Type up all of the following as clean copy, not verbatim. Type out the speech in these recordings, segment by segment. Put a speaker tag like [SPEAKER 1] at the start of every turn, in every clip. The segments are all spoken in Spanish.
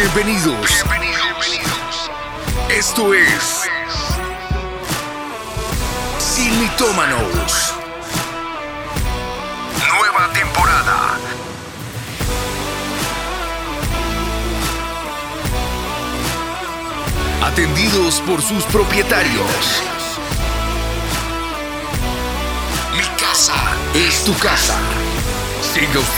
[SPEAKER 1] Bienvenidos. Esto es Sin Mitómanos. Nueva temporada. Atendidos por sus propietarios. Mi casa es tu casa. Siga usted.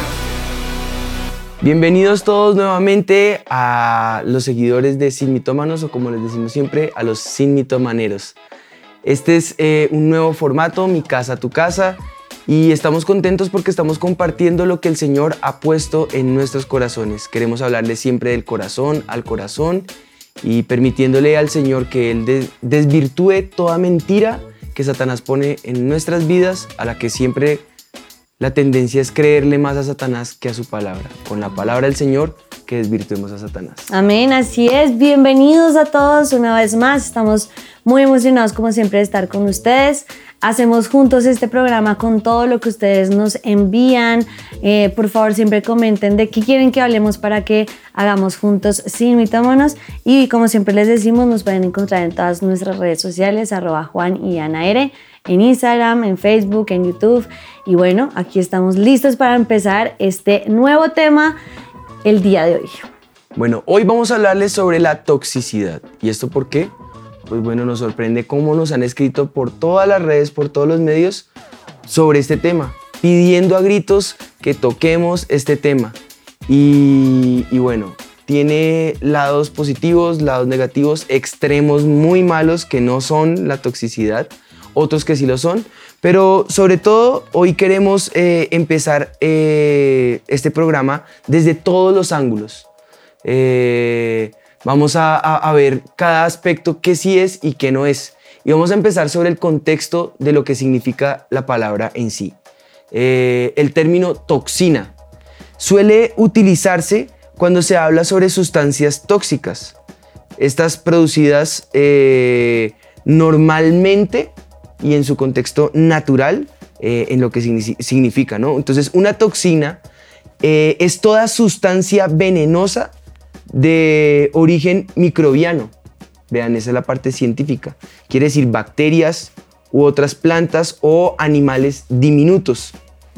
[SPEAKER 2] Bienvenidos todos nuevamente a los seguidores de Sin Mitómanos, o como les decimos siempre, a los Sin Mitomaneros. Este es un nuevo formato, Mi Casa, Tu Casa, y estamos contentos porque estamos compartiendo lo que el Señor ha puesto en nuestros corazones. Queremos hablarles siempre del corazón al corazón y permitiéndole al Señor que Él desvirtúe toda mentira que Satanás pone en nuestras vidas, a la que siempre la tendencia es creerle más a Satanás que a su palabra. Con la palabra del Señor, que desvirtuemos a Satanás.
[SPEAKER 3] Amén, así es. Bienvenidos a todos una vez más. Estamos muy emocionados, como siempre, de estar con ustedes. Hacemos juntos este programa con todo lo que ustedes nos envían. Por favor, siempre comenten de qué quieren que hablemos para que hagamos juntos Sin Mitómanos. Y como siempre les decimos, nos pueden encontrar en todas nuestras redes sociales, @Juan y Ana R, en Instagram, en Facebook, en YouTube. Y bueno, aquí estamos listos para empezar este nuevo tema el día de hoy.
[SPEAKER 2] Bueno, hoy vamos a hablarles sobre la toxicidad. ¿Y esto por qué? Pues bueno, nos sorprende cómo nos han escrito por todas las redes, por todos los medios, sobre este tema, pidiendo a gritos que toquemos este tema. Y bueno, tiene lados positivos, lados negativos, extremos muy malos que no son la toxicidad, otros que sí lo son, pero sobre todo hoy queremos empezar este programa desde todos los ángulos. Vamos a ver cada aspecto que sí es y que no es. Y vamos a empezar sobre el contexto de lo que significa la palabra en sí. El término toxina suele utilizarse cuando se habla sobre sustancias tóxicas. Estas producidas normalmente y en su contexto natural, en lo que significa, ¿no? Entonces, una toxina es toda sustancia venenosa de origen microbiano. Vean, esa es la parte científica. Quiere decir bacterias u otras plantas o animales diminutos.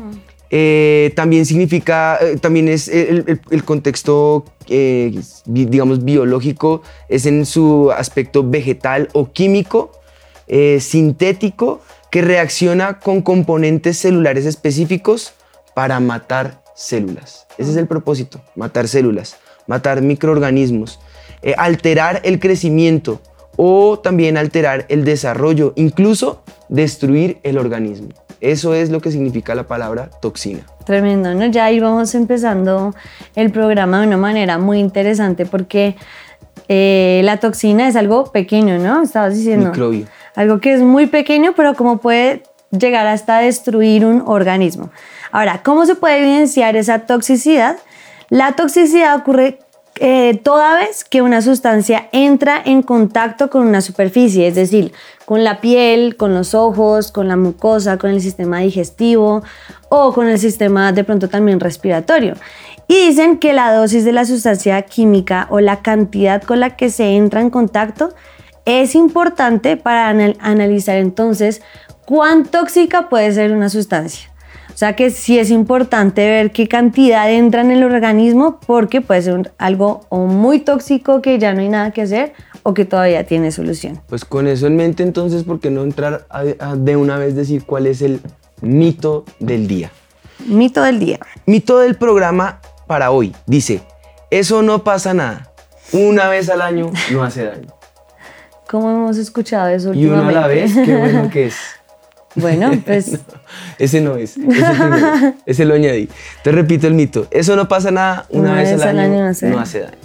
[SPEAKER 2] También significa, también es el contexto, digamos, biológico, es en su aspecto vegetal o químico, sintético, que reacciona con componentes celulares específicos para matar células. Ese es el propósito, matar células, matar microorganismos, alterar el crecimiento o también alterar el desarrollo, incluso destruir el organismo. Eso es lo que significa la palabra toxina.
[SPEAKER 3] Tremendo, ¿no? Ya ahí vamos empezando el programa de una manera muy interesante porque la toxina es algo pequeño, ¿no? Estabas diciendo.
[SPEAKER 2] Microbio.
[SPEAKER 3] Algo que es muy pequeño, pero como puede llegar hasta destruir un organismo. Ahora, ¿cómo se puede evidenciar esa toxicidad? La toxicidad ocurre toda vez que una sustancia entra en contacto con una superficie, es decir, con la piel, con los ojos, con la mucosa, con el sistema digestivo o con el sistema de pronto también respiratorio. Y dicen que la dosis de la sustancia química o la cantidad con la que se entra en contacto es importante para analizar entonces cuán tóxica puede ser una sustancia. O sea que sí es importante ver qué cantidad entra en el organismo porque puede ser algo o muy tóxico que ya no hay nada que hacer o que todavía tiene solución.
[SPEAKER 2] Pues con eso en mente entonces, ¿por qué no entrar a de una vez decir cuál es el mito del día?
[SPEAKER 3] Mito del día.
[SPEAKER 2] Mito del programa para hoy. Dice, eso no pasa nada. Una vez al año no hace daño.
[SPEAKER 3] ¿Cómo hemos escuchado eso
[SPEAKER 2] Y
[SPEAKER 3] últimamente?
[SPEAKER 2] uno a la vez, qué bueno que es.
[SPEAKER 3] Bueno, pues...
[SPEAKER 2] No, ese no es, ese lo añadí. Te repito el mito, eso no pasa nada, una vez al año no hace daño.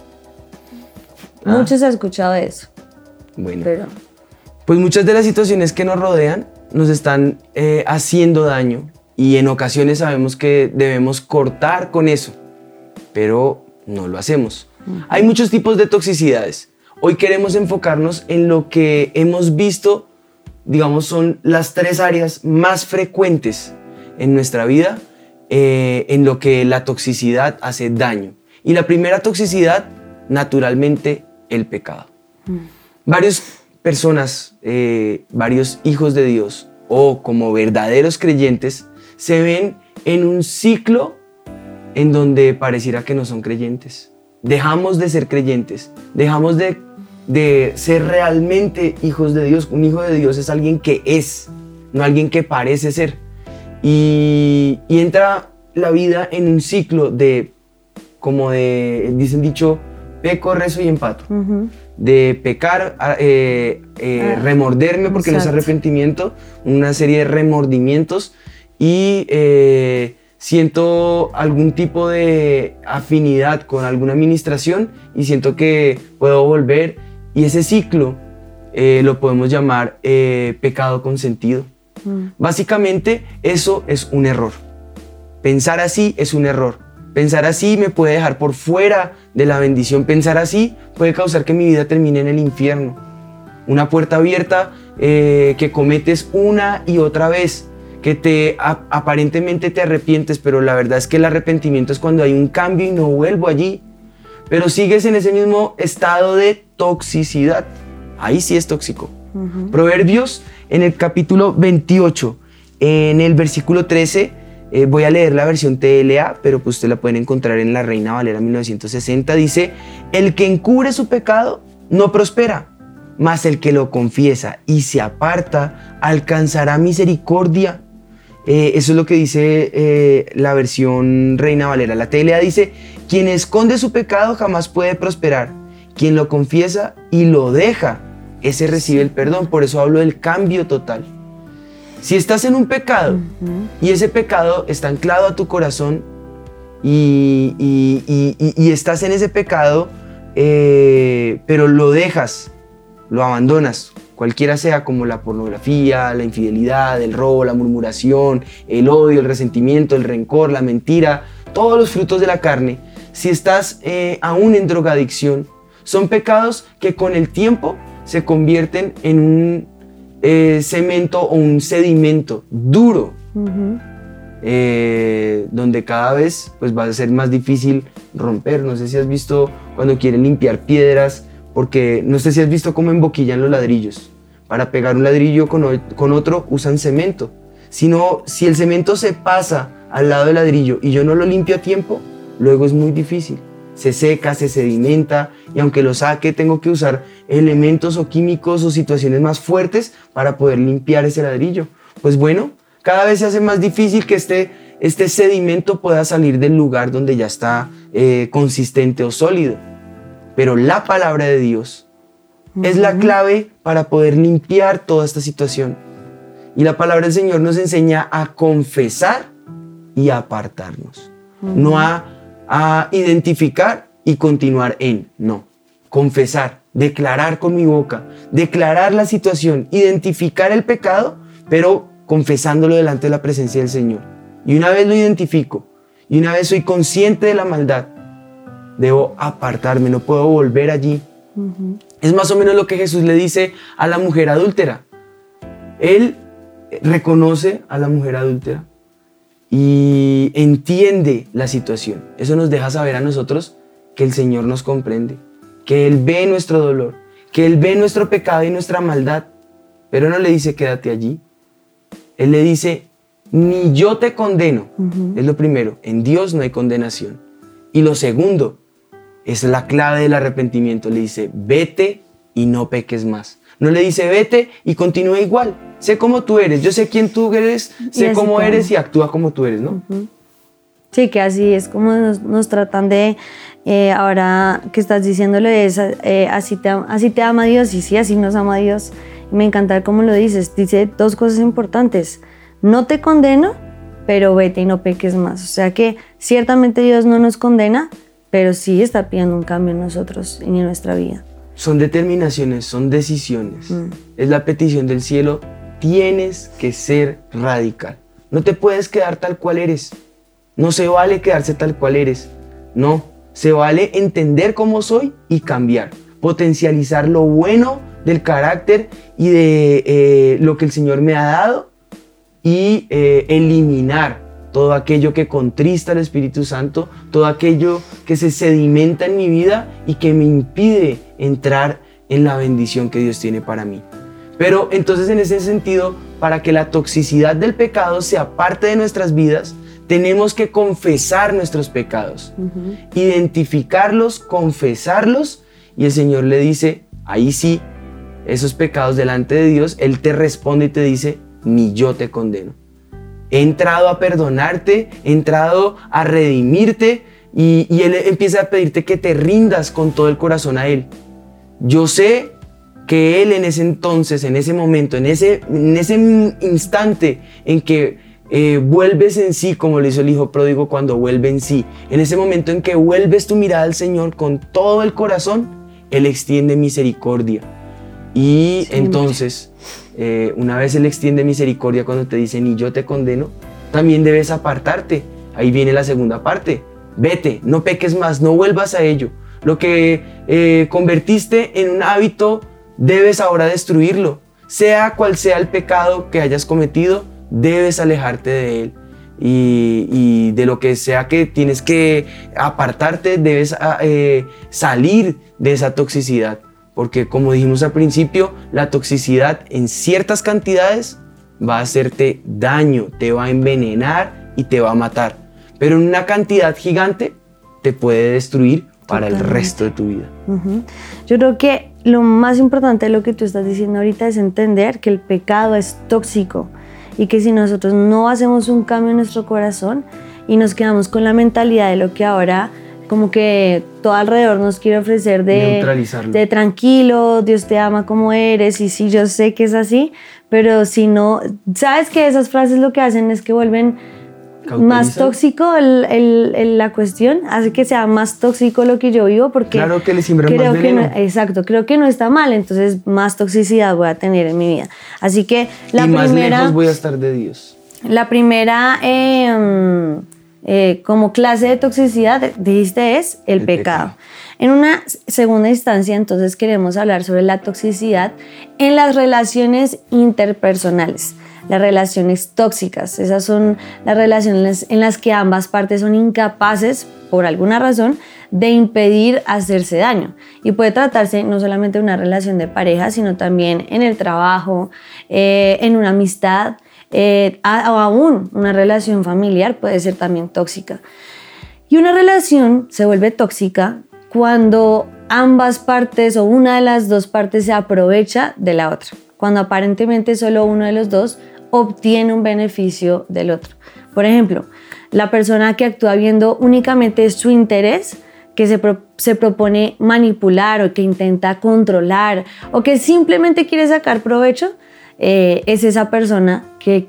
[SPEAKER 3] Muchos han escuchado eso.
[SPEAKER 2] Bueno,
[SPEAKER 3] Pero...
[SPEAKER 2] pues muchas de las situaciones que nos rodean nos están haciendo daño y en ocasiones sabemos que debemos cortar con eso, pero no lo hacemos. Hay muchos tipos de toxicidades. Hoy queremos enfocarnos en lo que hemos visto, digamos, son las 3 áreas más frecuentes en nuestra vida en lo que la toxicidad hace daño. Y la primera toxicidad naturalmente el pecado. Varias personas, varios hijos de Dios o como verdaderos creyentes se ven en un ciclo en donde pareciera que no son creyentes. Dejamos de ser creyentes, dejamos de ser realmente hijos de Dios. Un hijo de Dios es alguien que es, no alguien que parece ser. Y entra la vida en un ciclo de, como de, dicen dicho, peco, rezo y empato. De pecar, remorderme porque no es arrepentimiento, una serie de remordimientos y siento algún tipo de afinidad con alguna administración y siento que puedo volver, y ese ciclo lo podemos llamar pecado consentido. Básicamente eso es un error. Pensar así es un error. Pensar así me puede dejar por fuera de la bendición. Pensar así puede causar que mi vida termine en el infierno. Una puerta abierta que cometes una y otra vez, que aparentemente te arrepientes, pero la verdad es que el arrepentimiento es cuando hay un cambio y no vuelvo allí. Pero sigues en ese mismo estado de toxicidad. Ahí sí es tóxico. Proverbios, en el capítulo 28, en el versículo 13, voy a leer la versión TLA, pero pues ustedes la pueden encontrar en la Reina Valera 1960. Dice: el que encubre su pecado no prospera, mas el que lo confiesa y se aparta alcanzará misericordia. Eso es lo que dice la versión Reina Valera. La TLA dice: quien esconde su pecado jamás puede prosperar, quien lo confiesa y lo deja, ese recibe el perdón. Por eso hablo del cambio total. Si estás en un pecado y ese pecado está anclado a tu corazón y estás en ese pecado, pero lo dejas, lo abandonas, cualquiera sea, como la pornografía, la infidelidad, el robo, la murmuración, el odio, el resentimiento, el rencor, la mentira, todos los frutos de la carne, si estás aún en drogadicción, son pecados que con el tiempo se convierten en un cemento o un sedimento duro, donde cada vez pues, va a ser más difícil romper. No sé si has visto cuando quieren limpiar piedras, porque no sé si has visto cómo emboquillan los ladrillos. Para pegar un ladrillo con otro usan cemento. Si el cemento se pasa al lado del ladrillo y yo no lo limpio a tiempo, luego es muy difícil. Se seca, se sedimenta, y aunque lo saque tengo que usar elementos o químicos o situaciones más fuertes para poder limpiar ese ladrillo. Pues bueno, cada vez se hace más difícil que este sedimento pueda salir del lugar donde ya está consistente o sólido. Pero la palabra de Dios es la clave para poder limpiar toda esta situación. Y la palabra del Señor nos enseña a confesar y a apartarnos. No a identificar y continuar en, no. Confesar, declarar con mi boca, declarar la situación, identificar el pecado, pero confesándolo delante de la presencia del Señor. Y una vez lo identifico, y una vez soy consciente de la maldad, debo apartarme, no puedo volver allí. Es más o menos lo que Jesús le dice a la mujer adúltera. Él reconoce a la mujer adúltera y entiende la situación. Eso nos deja saber a nosotros que el Señor nos comprende, que Él ve nuestro dolor, que Él ve nuestro pecado y nuestra maldad, pero no le dice quédate allí. Él le dice ni yo te condeno. Es lo primero, en Dios no hay condenación. Y lo segundo, es la clave del arrepentimiento. Le dice vete y no peques más. No le dice vete y continúa igual. Sé cómo tú eres, yo sé quién tú eres, sé cómo eres y actúa como tú eres, ¿no?
[SPEAKER 3] Sí, que así es como nos tratan de, ahora que estás diciéndole, así te ama Dios, y sí, así nos ama Dios. Me encanta cómo lo dices, dice dos cosas importantes: no te condeno, pero vete y no peques más. O sea que ciertamente Dios no nos condena, pero sí está pidiendo un cambio en nosotros y en nuestra vida.
[SPEAKER 2] Son determinaciones, son decisiones. Es la petición del cielo. Tienes que ser radical. No te puedes quedar tal cual eres. No se vale quedarse tal cual eres. No, se vale entender cómo soy y cambiar. Potencializar lo bueno del carácter y de lo que el Señor me ha dado y eliminar todo aquello que contrista al Espíritu Santo, todo aquello que se sedimenta en mi vida y que me impide entrar en la bendición que Dios tiene para mí. Pero entonces, en ese sentido, para que la toxicidad del pecado sea parte de nuestras vidas, tenemos que confesar nuestros pecados, identificarlos, confesarlos, y el Señor le dice, ahí sí, esos pecados delante de Dios, Él te responde y te dice, ni yo te condeno. He entrado a perdonarte, he entrado a redimirte, y Él empieza a pedirte que te rindas con todo el corazón a Él. Yo sé que Él en ese entonces, en ese momento, en ese instante en que vuelves en sí, como lo hizo el hijo pródigo cuando vuelve en sí, en ese momento en que vuelves tu mirada al Señor con todo el corazón, Él extiende misericordia. Y siempre. Entonces, una vez Él extiende misericordia cuando te dice, ni yo te condeno, también debes apartarte. Ahí viene la segunda parte. Vete, no peques más, no vuelvas a ello. Lo que convertiste en un hábito, debes ahora destruirlo. Sea cual sea el pecado que hayas cometido, debes alejarte de él. Y de lo que sea que tienes que apartarte, debes salir de esa toxicidad. Porque como dijimos al principio, la toxicidad en ciertas cantidades va a hacerte daño, te va a envenenar y te va a matar. Pero en una cantidad gigante te puede destruir para el resto de tu vida.
[SPEAKER 3] Yo creo que lo más importante de lo que tú estás diciendo ahorita es entender que el pecado es tóxico y que si nosotros no hacemos un cambio en nuestro corazón y nos quedamos con la mentalidad de lo que ahora como que todo alrededor nos quiere ofrecer de tranquilo, Dios te ama como eres, y sí, yo sé que es así, pero si no, sabes que esas frases lo que hacen es que vuelven más tóxico la cuestión, hace que sea más tóxico lo que yo vivo, porque
[SPEAKER 2] claro que le siembran más veneno.
[SPEAKER 3] Exacto, creo que no está mal, entonces más toxicidad voy a tener en mi vida. Así que
[SPEAKER 2] más lejos voy a estar de Dios.
[SPEAKER 3] La primera como clase de toxicidad, dijiste, es el pecado. En una segunda instancia, entonces, queremos hablar sobre la toxicidad en las relaciones interpersonales. Las relaciones tóxicas, esas son las relaciones en las que ambas partes son incapaces, por alguna razón, de impedir hacerse daño. Y puede tratarse no solamente de una relación de pareja, sino también en el trabajo, en una amistad, o aún una relación familiar puede ser también tóxica. Y una relación se vuelve tóxica cuando ambas partes o una de las dos partes se aprovecha de la otra, cuando aparentemente solo uno de los dos obtiene un beneficio del otro. Por ejemplo, la persona que actúa viendo únicamente su interés, que se propone manipular o que intenta controlar o que simplemente quiere sacar provecho, es esa persona que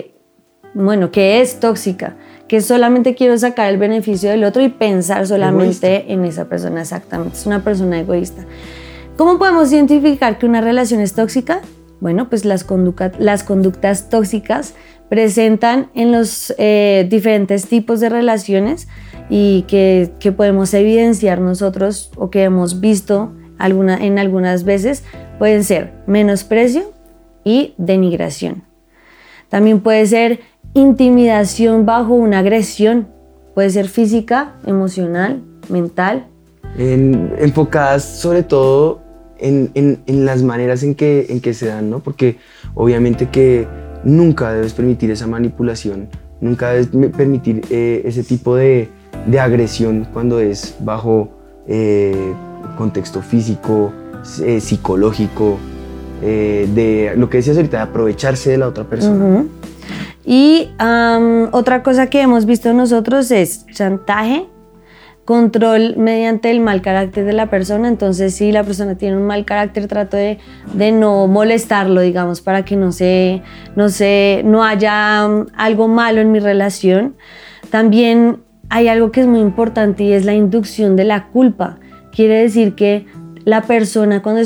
[SPEAKER 3] que es tóxica, que solamente quiere sacar el beneficio del otro y pensar solamente en esa persona. Exactamente, es una persona egoísta. ¿Cómo podemos identificar que una relación es tóxica? Bueno, pues las conductas tóxicas presentan en los diferentes tipos de relaciones y que podemos evidenciar nosotros o que hemos visto en algunas veces, pueden ser menosprecio y denigración. También puede ser intimidación bajo una agresión, puede ser física, emocional, mental.
[SPEAKER 2] Enfocadas sobre todo en las maneras en que se dan, ¿no? Porque obviamente que nunca debes permitir esa manipulación, nunca debes permitir ese tipo de agresión cuando es bajo contexto físico, psicológico, de lo que decías ahorita, de aprovecharse de la otra persona.
[SPEAKER 3] Y otra cosa que hemos visto nosotros es chantaje, control mediante el mal carácter de la persona. Entonces, si la persona tiene un mal carácter, trato de no molestarlo, digamos, para que no haya algo malo en mi relación. También hay algo que es muy importante y es la inducción de la culpa. Quiere decir que la persona cuando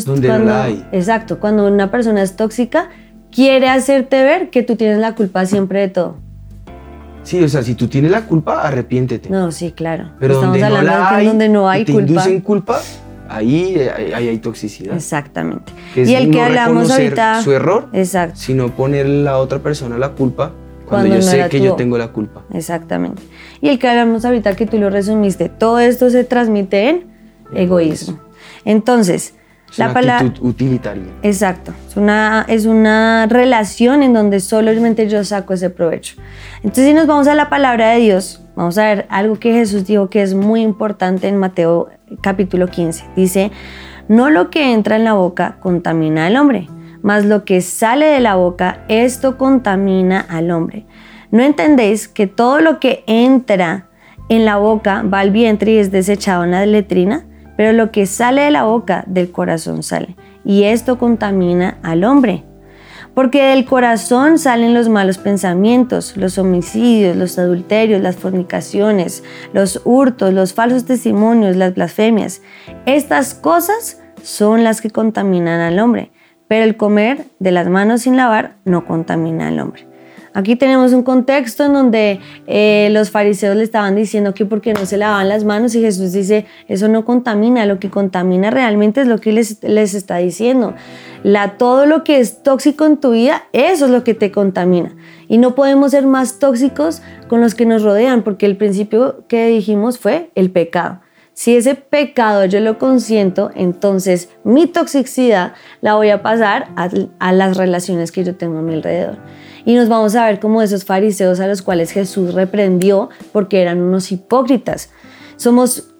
[SPEAKER 3] una persona es tóxica, quiere hacerte ver que tú tienes la culpa siempre de todo.
[SPEAKER 2] Sí, o sea, si tú tienes la culpa, arrepiéntete.
[SPEAKER 3] No, sí, claro.
[SPEAKER 2] Pero
[SPEAKER 3] estamos hablando de que donde no hay culpa.
[SPEAKER 2] Te inducen culpa, ahí hay toxicidad.
[SPEAKER 3] Exactamente.
[SPEAKER 2] Que
[SPEAKER 3] y el
[SPEAKER 2] no
[SPEAKER 3] que hablamos ahorita
[SPEAKER 2] su error,
[SPEAKER 3] exacto,
[SPEAKER 2] sino poner a la otra persona la culpa Cuando yo sé que yo tengo la culpa.
[SPEAKER 3] Exactamente. Y el que hablamos ahorita, que tú lo resumiste, todo esto se transmite en egoísmo. Entonces,
[SPEAKER 2] es la actitud utilitaria.
[SPEAKER 3] Exacto. Es una relación en donde solamente yo saco ese provecho. Entonces, si nos vamos a la palabra de Dios, vamos a ver algo que Jesús dijo que es muy importante en Mateo capítulo 15. Dice, no lo que entra en la boca contamina al hombre, mas lo que sale de la boca, esto contamina al hombre. ¿No entendéis que todo lo que entra en la boca va al vientre y es desechado en la letrina? Pero lo que sale de la boca, del corazón sale, y esto contamina al hombre. Porque del corazón salen los malos pensamientos, los homicidios, los adulterios, las fornicaciones, los hurtos, los falsos testimonios, las blasfemias. Estas cosas son las que contaminan al hombre, pero el comer de las manos sin lavar no contamina al hombre. Aquí tenemos un contexto en donde los fariseos le estaban diciendo que porque no se lavaban las manos, y Jesús dice, eso no contamina, lo que contamina realmente es lo que les está diciendo. Todo lo que es tóxico en tu vida, eso es lo que te contamina. Y no podemos ser más tóxicos con los que nos rodean, porque el principio que dijimos fue el pecado. Si ese pecado yo lo consiento, entonces mi toxicidad la voy a pasar a las relaciones que yo tengo a mi alrededor. Y nos vamos a ver como esos fariseos a los cuales Jesús reprendió porque eran unos hipócritas. Somos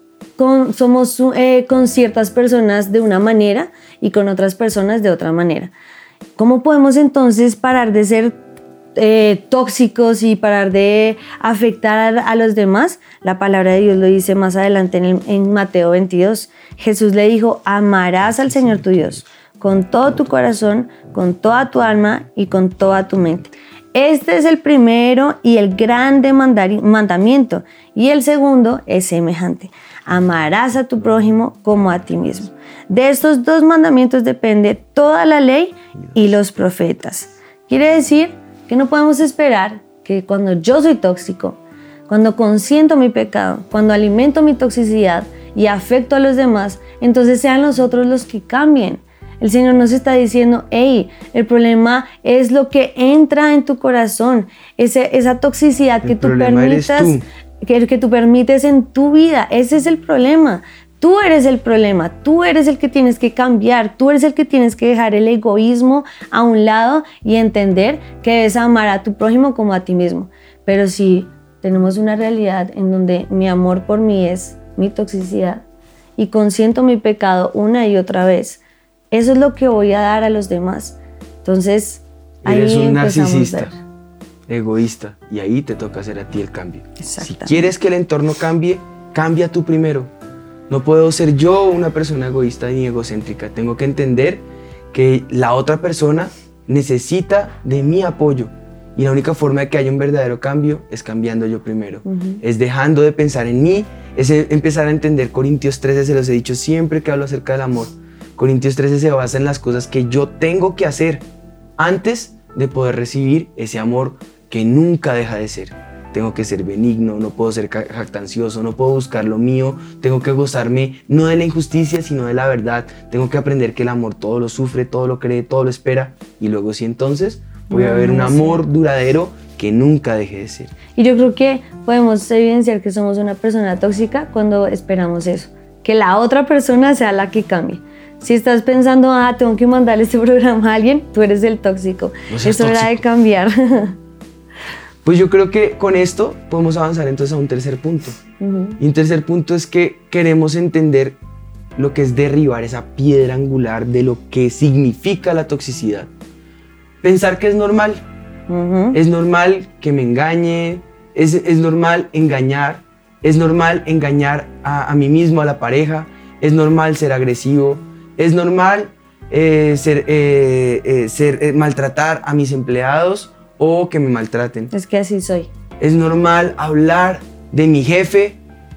[SPEAKER 3] con ciertas personas de una manera y con otras personas de otra manera. ¿Cómo podemos entonces parar de ser tóxicos y parar de afectar a los demás? La palabra de Dios lo dice más adelante en Mateo 22. Jesús le dijo, amarás al Señor tu Dios con todo tu corazón, con toda tu alma y con toda tu mente. Este es el primero y el grande mandamiento, y el segundo es semejante. Amarás a tu prójimo como a ti mismo. De estos dos mandamientos depende toda la ley y los profetas. Quiere decir que no podemos esperar que cuando yo soy tóxico, cuando consiento mi pecado, cuando alimento mi toxicidad y afecto a los demás, entonces sean los otros los que cambien. El Señor nos está diciendo, hey, el problema es lo que entra en tu corazón, esa toxicidad que tú permites en tu vida. Ese es el problema. Tú eres el problema, tú eres el que tienes que cambiar, tú eres el que tienes que dejar el egoísmo a un lado y entender que debes amar a tu prójimo como a ti mismo. Pero si tenemos una realidad en donde mi amor por mí es mi toxicidad y consiento mi pecado una y otra vez, eso es lo que voy a dar a los demás. Entonces,
[SPEAKER 2] eres
[SPEAKER 3] ahí
[SPEAKER 2] un
[SPEAKER 3] empezamos
[SPEAKER 2] narcisista,
[SPEAKER 3] a ver.
[SPEAKER 2] Egoísta, y ahí te toca hacer a ti el cambio. Si
[SPEAKER 3] Exactamente.
[SPEAKER 2] quieres que el entorno cambie, cambia tú primero. No puedo ser yo una persona egoísta ni egocéntrica. Tengo que entender que la otra persona necesita de mi apoyo. Y la única forma de que haya un verdadero cambio es cambiando yo primero. Es dejando de pensar en mí, es empezar a entender. Corintios 13, se los he dicho siempre que hablo acerca del amor. Corintios 13 se basa en las cosas que yo tengo que hacer antes de poder recibir ese amor que nunca deja de ser. Tengo que ser benigno, no puedo ser jactancioso, no puedo buscar lo mío, tengo que gozarme no de la injusticia, sino de la verdad. Tengo que aprender que el amor todo lo sufre, todo lo cree, todo lo espera, y luego sí, entonces voy a ver un amor duradero que nunca deje de ser.
[SPEAKER 3] Y yo creo que podemos evidenciar que somos una persona tóxica cuando esperamos eso, que la otra persona sea la que cambie. Si estás pensando, tengo que mandarle este programa a alguien, tú eres el tóxico.
[SPEAKER 2] No seas
[SPEAKER 3] Es hora de cambiar.
[SPEAKER 2] Pues yo creo que con esto podemos avanzar entonces a un tercer punto. Y un tercer punto es que queremos entender lo que es derribar esa piedra angular de lo que significa la toxicidad. Pensar que es normal. Es normal que me engañen, es normal engañar, es normal engañar a mí mismo, a la pareja, es normal ser agresivo, es normal maltratar a mis empleados o que me maltraten.
[SPEAKER 3] Es que así soy.
[SPEAKER 2] Es normal hablar de mi jefe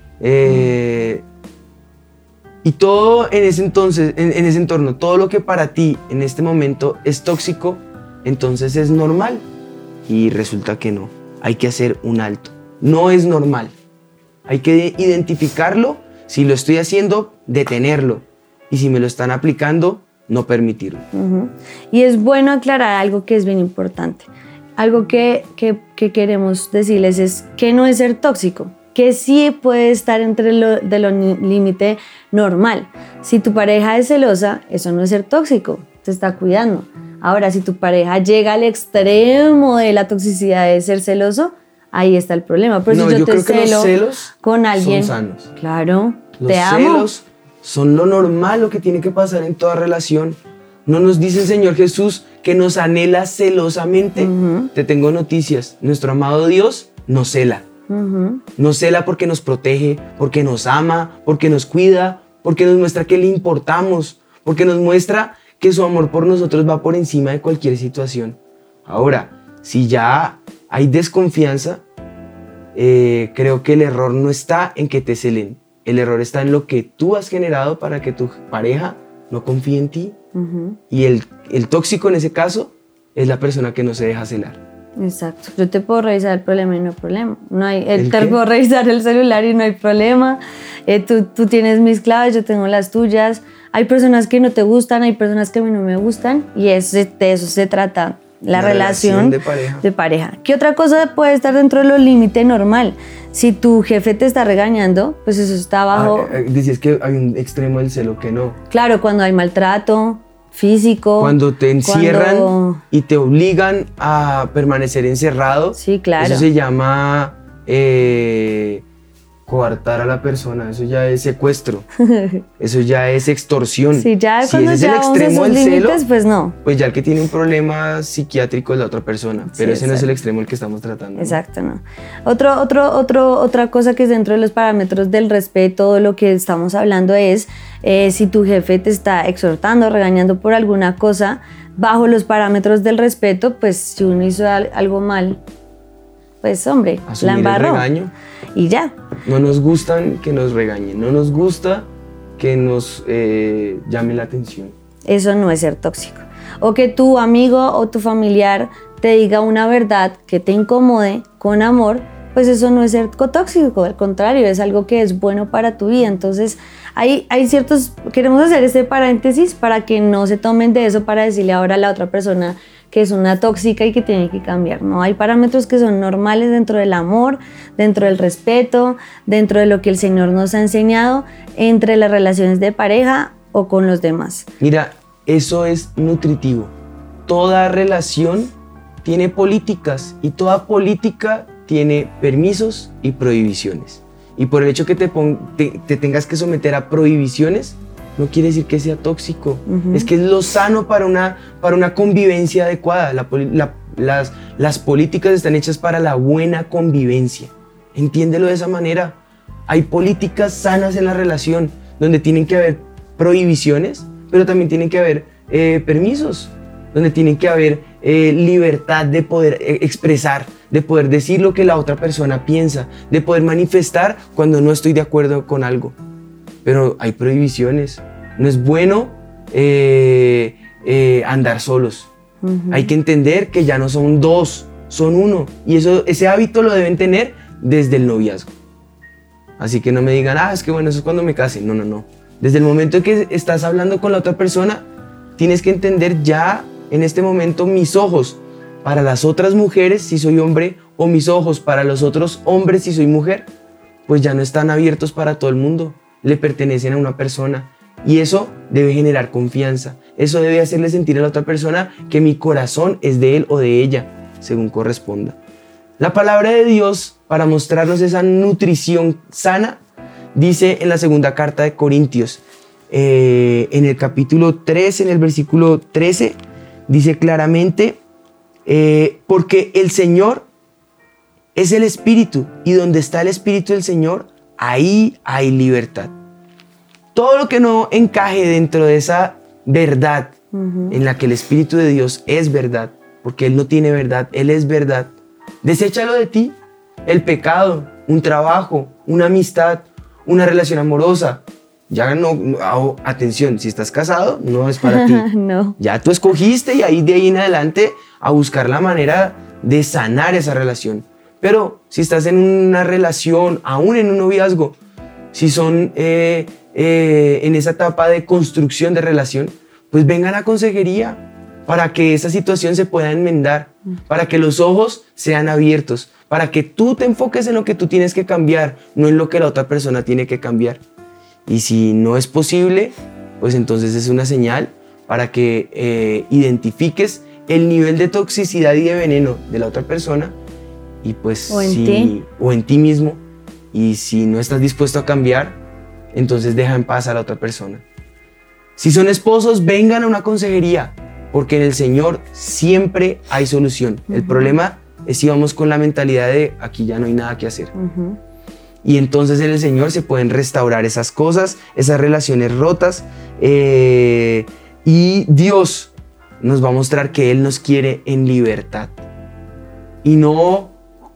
[SPEAKER 2] y todo en ese entorno, todo lo que para ti en este momento es tóxico, entonces es normal. Y resulta que no. Hay que hacer un alto. No es normal. Hay que identificarlo. Si lo estoy haciendo, detenerlo. Y si me lo están aplicando, no permitirlo.
[SPEAKER 3] Y es bueno aclarar algo que es bien importante. Algo que que queremos decirles es que no es ser tóxico, que sí puede estar entre lo límite normal. Si tu pareja es celosa, eso no es ser tóxico, te está cuidando. Ahora, si tu pareja llega al extremo de la toxicidad de ser celoso, ahí está el problema. Pero
[SPEAKER 2] no,
[SPEAKER 3] si
[SPEAKER 2] yo
[SPEAKER 3] te
[SPEAKER 2] creo que los
[SPEAKER 3] celo
[SPEAKER 2] celos
[SPEAKER 3] con alguien,
[SPEAKER 2] son sanos.
[SPEAKER 3] claro,
[SPEAKER 2] Los
[SPEAKER 3] te amo.
[SPEAKER 2] celos son lo normal, lo que tiene que pasar en toda relación. No nos dice el Señor Jesús que nos anhela celosamente. Te tengo noticias. Nuestro amado Dios nos cela. Nos cela porque nos protege, porque nos ama, porque nos cuida, porque nos muestra que le importamos, porque nos muestra que su amor por nosotros va por encima de cualquier situación. Ahora, si ya hay desconfianza, creo que el error no está en que te celen. El error está en lo que tú has generado para que tu pareja no confíe en ti. Y el tóxico en ese caso es la persona que no se deja celar.
[SPEAKER 3] Exacto. Yo te puedo revisar el problema y no hay problema. No hay,
[SPEAKER 2] ¿El
[SPEAKER 3] te
[SPEAKER 2] qué?
[SPEAKER 3] puedo revisar el celular y no hay problema. Tú tienes mis claves, yo tengo las tuyas. Hay personas que no te gustan, hay personas que a mí no me gustan y de eso se trata la relación de pareja. ¿Qué otra cosa puede estar dentro de lo límite normal? Si tu jefe te está regañando, pues eso está bajo...
[SPEAKER 2] Decías que hay un extremo del celo que no.
[SPEAKER 3] Claro, cuando hay maltrato físico.
[SPEAKER 2] Cuando te encierran
[SPEAKER 3] cuando...
[SPEAKER 2] y te obligan a permanecer encerrado.
[SPEAKER 3] Sí, claro.
[SPEAKER 2] Eso se llama coartar a la persona. Eso ya es secuestro. Eso ya es extorsión.
[SPEAKER 3] Sí, ya
[SPEAKER 2] si
[SPEAKER 3] cuando
[SPEAKER 2] ese es el
[SPEAKER 3] llevamos
[SPEAKER 2] extremo
[SPEAKER 3] esos
[SPEAKER 2] del celo,
[SPEAKER 3] límites, pues no.
[SPEAKER 2] pues ya el que tiene un problema psiquiátrico es la otra persona. Pero
[SPEAKER 3] Sí,
[SPEAKER 2] ese no es
[SPEAKER 3] exacto.
[SPEAKER 2] el extremo el que estamos tratando.
[SPEAKER 3] Exacto, no. Otra cosa que es dentro de los parámetros del respeto, lo que estamos hablando es si tu jefe te está exhortando, regañando por alguna cosa, bajo los parámetros del respeto, pues si uno hizo algo mal, pues hombre,
[SPEAKER 2] Asumir
[SPEAKER 3] la embarró.
[SPEAKER 2] el regaño.
[SPEAKER 3] Y ya.
[SPEAKER 2] No nos gustan que nos regañen, no nos gusta que nos llame la atención.
[SPEAKER 3] Eso no es ser tóxico. O que tu amigo o tu familiar te diga una verdad que te incomode con amor, pues eso no es ser tóxico, al contrario, es algo que es bueno para tu vida. Entonces, hay ciertos, queremos hacer este paréntesis para que no se tomen de eso para decirle ahora a la otra persona que es una tóxica y que tiene que cambiar. No, hay parámetros que son normales dentro del amor, dentro del respeto, dentro de lo que el Señor nos ha enseñado entre las relaciones de pareja o con los demás.
[SPEAKER 2] Mira, eso es nutritivo. Toda relación tiene políticas y toda política tiene permisos y prohibiciones. Y por el hecho que te tengas que someter a prohibiciones, no quiere decir que sea tóxico. Es que es lo sano para una convivencia adecuada. Las políticas están hechas para la buena convivencia. Entiéndelo de esa manera. Hay políticas sanas en la relación donde tienen que haber prohibiciones, pero también tienen que haber permisos, donde tienen que haber libertad de poder expresar, de poder decir lo que la otra persona piensa, de poder manifestar cuando no estoy de acuerdo con algo. Pero hay prohibiciones. No es bueno andar solos. Hay que entender que ya no son dos, son uno. Y ese hábito lo deben tener desde el noviazgo. Así que no me digan, es que bueno, eso es cuando me case. No, no, no. Desde el momento en que estás hablando con la otra persona, tienes que entender ya en este momento mis ojos para las otras mujeres si soy hombre o mis ojos para los otros hombres si soy mujer, pues ya no están abiertos para todo el mundo. Le pertenecen a una persona y eso debe generar confianza. Eso debe hacerle sentir a la otra persona que mi corazón es de él o de ella, según corresponda. La palabra de Dios, para mostrarnos esa nutrición sana, dice en la segunda carta de Corintios, en el capítulo 3, en el versículo 13, dice claramente, porque el Señor es el Espíritu y donde está el Espíritu del Señor, ahí hay libertad. Todo lo que no encaje dentro de esa verdad en la que el Espíritu de Dios es verdad, porque Él no tiene verdad, Él es verdad, deséchalo de ti. El pecado, un trabajo, una amistad, una relación amorosa. Ya atención, si estás casado, no es para ti.
[SPEAKER 3] No.
[SPEAKER 2] Ya tú escogiste y de ahí en adelante a buscar la manera de sanar esa relación. Pero si estás en una relación, aún en un noviazgo, si son en esa etapa de construcción de relación, pues vengan a consejería, para que esa situación se pueda enmendar, para que los ojos sean abiertos, para que tú te enfoques en lo que tú tienes que cambiar, no en lo que la otra persona tiene que cambiar. Y si no es posible, pues entonces es una señal para que identifiques el nivel de toxicidad y de veneno de la otra persona y pues o en ti mismo. Y si no estás dispuesto a cambiar, entonces deja en paz a la otra persona. Si son esposos, vengan a una consejería, porque en el Señor siempre hay solución. El problema es si vamos con la mentalidad de aquí ya no hay nada que hacer. Y entonces en el Señor se pueden restaurar esas cosas, esas relaciones rotas, y Dios nos va a mostrar que Él nos quiere en libertad y no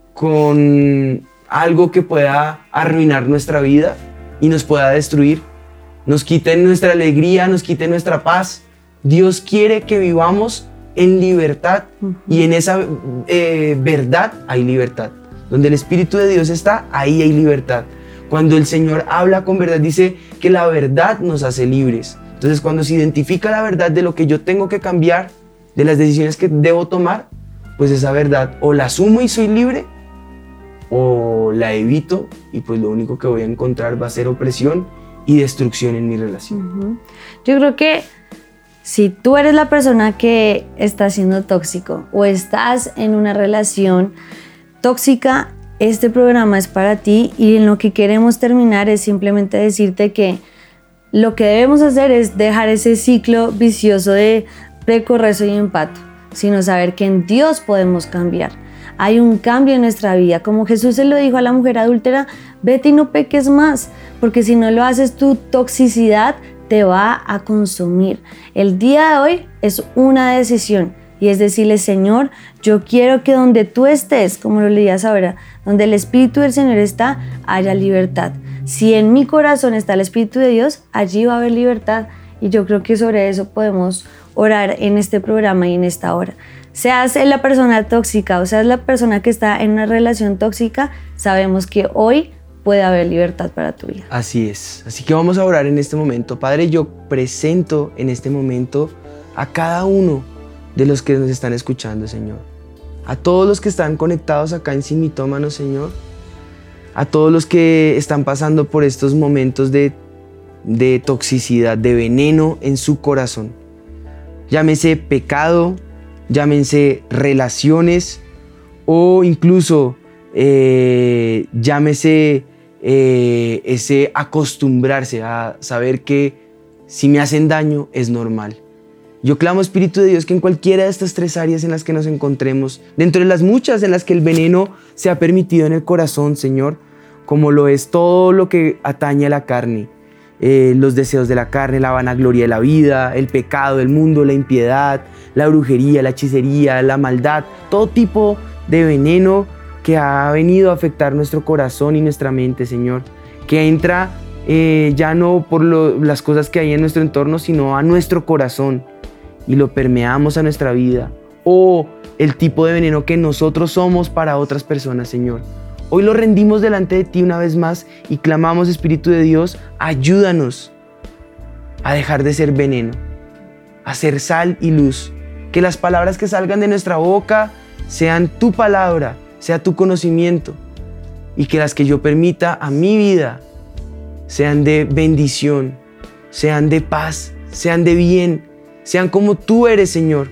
[SPEAKER 2] con algo que pueda arruinar nuestra vida y nos pueda destruir, nos quite nuestra alegría, nos quite nuestra paz. Dios quiere que vivamos en libertad y en esa verdad hay libertad. Donde el Espíritu de Dios está, ahí hay libertad. Cuando el Señor habla con verdad, dice que la verdad nos hace libres. Entonces, cuando se identifica la verdad de lo que yo tengo que cambiar, de las decisiones que debo tomar, pues esa verdad o la asumo y soy libre, o la evito y pues lo único que voy a encontrar va a ser opresión y destrucción en mi relación.
[SPEAKER 3] Yo creo que si tú eres la persona que está siendo tóxico o estás en una relación tóxica, este programa es para ti y en lo que queremos terminar es simplemente decirte que lo que debemos hacer es dejar ese ciclo vicioso de correzo y empato, sino saber que en Dios podemos cambiar. Hay un cambio en nuestra vida. Como Jesús se lo dijo a la mujer adúltera, vete y no peques más, porque si no lo haces, tu toxicidad te va a consumir. El día de hoy es una decisión y es decirle, Señor, yo quiero que donde tú estés, como lo leías ahora, donde el Espíritu del Señor está, haya libertad. Si en mi corazón está el Espíritu de Dios, allí va a haber libertad. Y yo creo que sobre eso podemos orar en este programa y en esta hora. Seas la persona tóxica o seas la persona que está en una relación tóxica, sabemos que hoy puede haber libertad para tu vida.
[SPEAKER 2] Así es. Así que vamos a orar en este momento. Padre, yo presento en este momento a cada uno de los que nos están escuchando, Señor. A todos los que están conectados acá en Sin Mitómanos, Señor. A todos los que están pasando por estos momentos de toxicidad, de veneno en su corazón. Llámese pecado, llámense relaciones o incluso llámese ese acostumbrarse a saber que si me hacen daño es normal. Yo clamo, Espíritu de Dios, que en cualquiera de estas tres áreas en las que nos encontremos, dentro de las muchas en las que el veneno se ha permitido en el corazón, Señor, como lo es todo lo que atañe a la carne, los deseos de la carne, la vanagloria de la vida, el pecado del mundo, la impiedad, la brujería, la hechicería, la maldad, todo tipo de veneno que ha venido a afectar nuestro corazón y nuestra mente, Señor, que entra ya no por las cosas que hay en nuestro entorno, sino a nuestro corazón y lo permeamos a nuestra vida, o el tipo de veneno que nosotros somos para otras personas, Señor. Hoy lo rendimos delante de ti una vez más y clamamos, Espíritu de Dios, ayúdanos a dejar de ser veneno, a ser sal y luz. Que las palabras que salgan de nuestra boca sean tu palabra, sea tu conocimiento, y que las que yo permita a mi vida sean de bendición, sean de paz, sean de bien, sean como tú eres, Señor.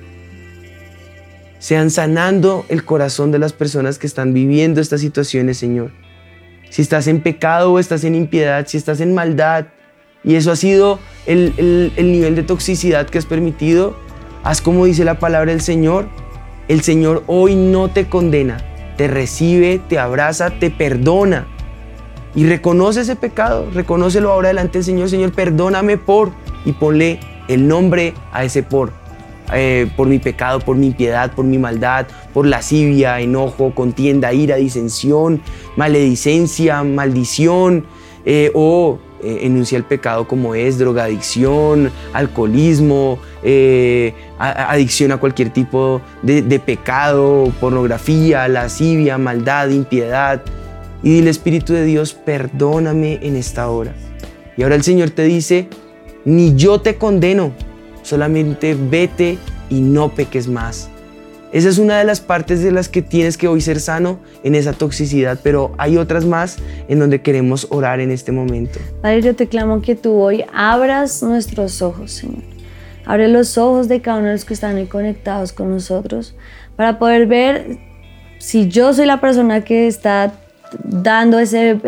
[SPEAKER 2] Sean sanando el corazón de las personas que están viviendo estas situaciones, Señor. Si estás en pecado o estás en impiedad, si estás en maldad, y eso ha sido el nivel de toxicidad que has permitido, haz como dice la palabra del Señor. El Señor hoy no te condena, te recibe, te abraza, te perdona. Y reconoce ese pecado, reconócelo ahora delante del Señor. Señor, perdóname y ponle el nombre a ese por mi pecado, por mi impiedad, por mi maldad, por lascivia, enojo, contienda, ira, disensión, maledicencia, maldición, enuncia el pecado como es drogadicción, alcoholismo, adicción a cualquier tipo de pecado, pornografía, lascivia, maldad, impiedad. Y dile, Espíritu de Dios, perdóname en esta hora. Y ahora el Señor te dice, ni yo te condeno, solamente vete y no peques más. Esa es una de las partes de las que tienes que hoy ser sano en esa toxicidad, pero hay otras más en donde queremos orar en este momento.
[SPEAKER 3] Padre, yo te clamo que tú hoy abras nuestros ojos, Señor. Abre los ojos de cada uno de los que están ahí conectados con nosotros para poder ver si yo soy la persona que está dando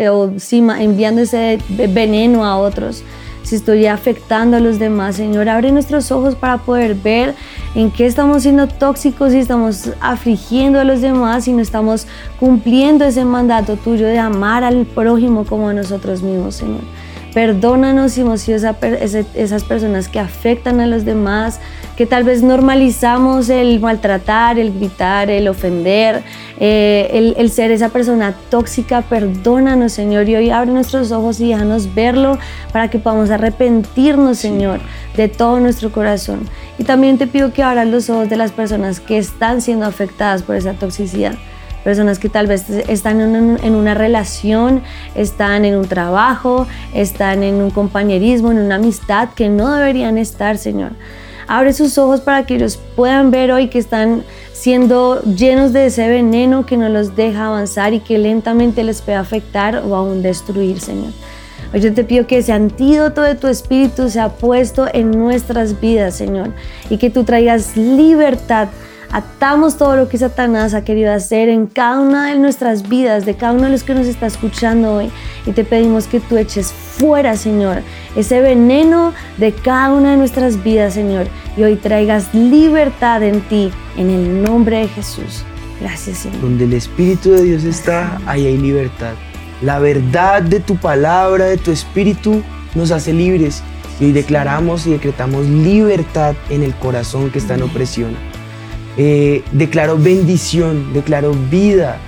[SPEAKER 3] enviando ese veneno a otros, si estoy afectando a los demás. Señor, abre nuestros ojos para poder ver en qué estamos siendo tóxicos, si estamos afligiendo a los demás, si no estamos cumpliendo ese mandato tuyo de amar al prójimo como a nosotros mismos, Señor. Perdónanos si hemos sido esas personas que afectan a los demás, que tal vez normalizamos el maltratar, el gritar, el ofender, el ser esa persona tóxica. Perdónanos, Señor, y hoy abre nuestros ojos y déjanos verlo para que podamos arrepentirnos, Señor, de todo nuestro corazón. Y también te pido que abras los ojos de las personas que están siendo afectadas por esa toxicidad. Personas que tal vez están en una relación, están en un trabajo, están en un compañerismo, en una amistad que no deberían estar, Señor. Abre sus ojos para que ellos puedan ver hoy que están siendo llenos de ese veneno que no los deja avanzar y que lentamente les puede afectar o aún destruir, Señor. Hoy yo te pido que ese antídoto de tu espíritu sea puesto en nuestras vidas, Señor, y que tú traigas libertad. Atamos todo lo que Satanás ha querido hacer en cada una de nuestras vidas, de cada uno de los que nos está escuchando hoy, y te pedimos que tú eches fuera, Señor, ese veneno de cada una de nuestras vidas, Señor, y hoy traigas libertad en ti, en el nombre de Jesús. Gracias, Señor.
[SPEAKER 2] Donde el Espíritu de Dios está, ahí hay libertad. La verdad de tu palabra, de tu Espíritu, nos hace libres, y hoy declaramos y decretamos libertad en el corazón que está en opresión. Declaro bendición, declaro vida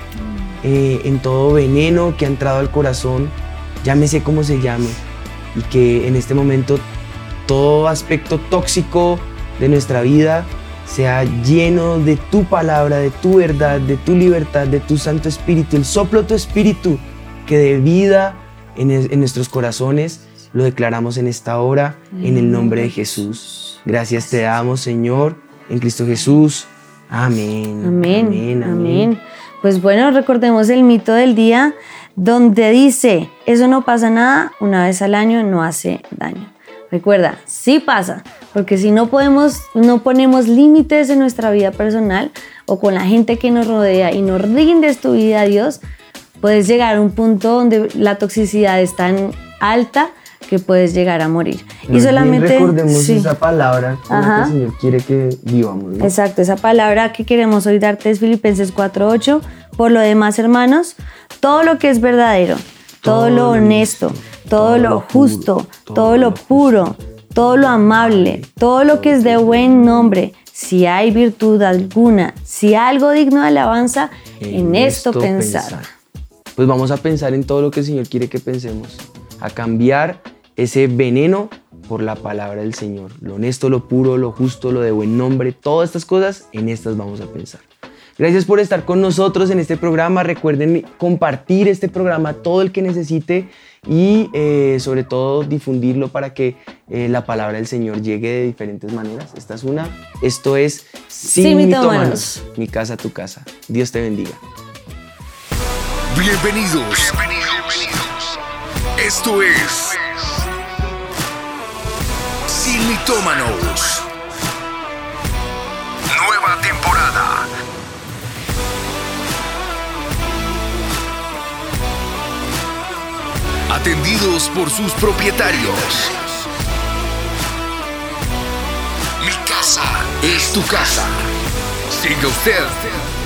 [SPEAKER 2] en todo veneno que ha entrado al corazón, llámese como se llame, y que en este momento todo aspecto tóxico de nuestra vida sea lleno de tu palabra, de tu verdad, de tu libertad, de tu Santo Espíritu, el soplo de tu Espíritu que dé vida en nuestros corazones. Lo declaramos en esta hora, en el nombre de Jesús. Gracias te damos, Señor, en Cristo Jesús. Amén.
[SPEAKER 3] Amén.
[SPEAKER 2] Amén.
[SPEAKER 3] Amén. Pues bueno, recordemos el mito del día donde dice, eso no pasa nada, una vez al año no hace daño. Recuerda, sí pasa, porque si no ponemos límites en nuestra vida personal o con la gente que nos rodea y no rindes tu vida a Dios, puedes llegar a un punto donde la toxicidad es tan alta que puedes llegar a morir. Y solamente
[SPEAKER 2] recordemos esa palabra con la que el Señor quiere que vivamos, ¿no?
[SPEAKER 3] Exacto, esa palabra que queremos hoy darte es Filipenses 4:8. Por lo demás, hermanos, todo lo que es verdadero, todo lo honesto, todo lo justo, todo lo puro, todo lo amable, todo lo que es de buen nombre, si hay virtud alguna, si algo digno de alabanza, en esto pensad.
[SPEAKER 2] Pues vamos a pensar en todo lo que el Señor quiere que pensemos, a cambiar ese veneno por la palabra del Señor. Lo honesto, lo puro, lo justo, lo de buen nombre, todas estas cosas, en estas vamos a pensar. Gracias por estar con nosotros en este programa. Recuerden compartir este programa a todo el que necesite y sobre todo difundirlo para que la palabra del Señor llegue de diferentes maneras. Esta es una. Esto es Sin Mitómanos. Mi casa, tu casa. Dios te bendiga.
[SPEAKER 1] Bienvenidos. Esto es Sin Mitómanos. Nueva temporada. Atendidos por sus propietarios. Mi casa es tu casa. Siga usted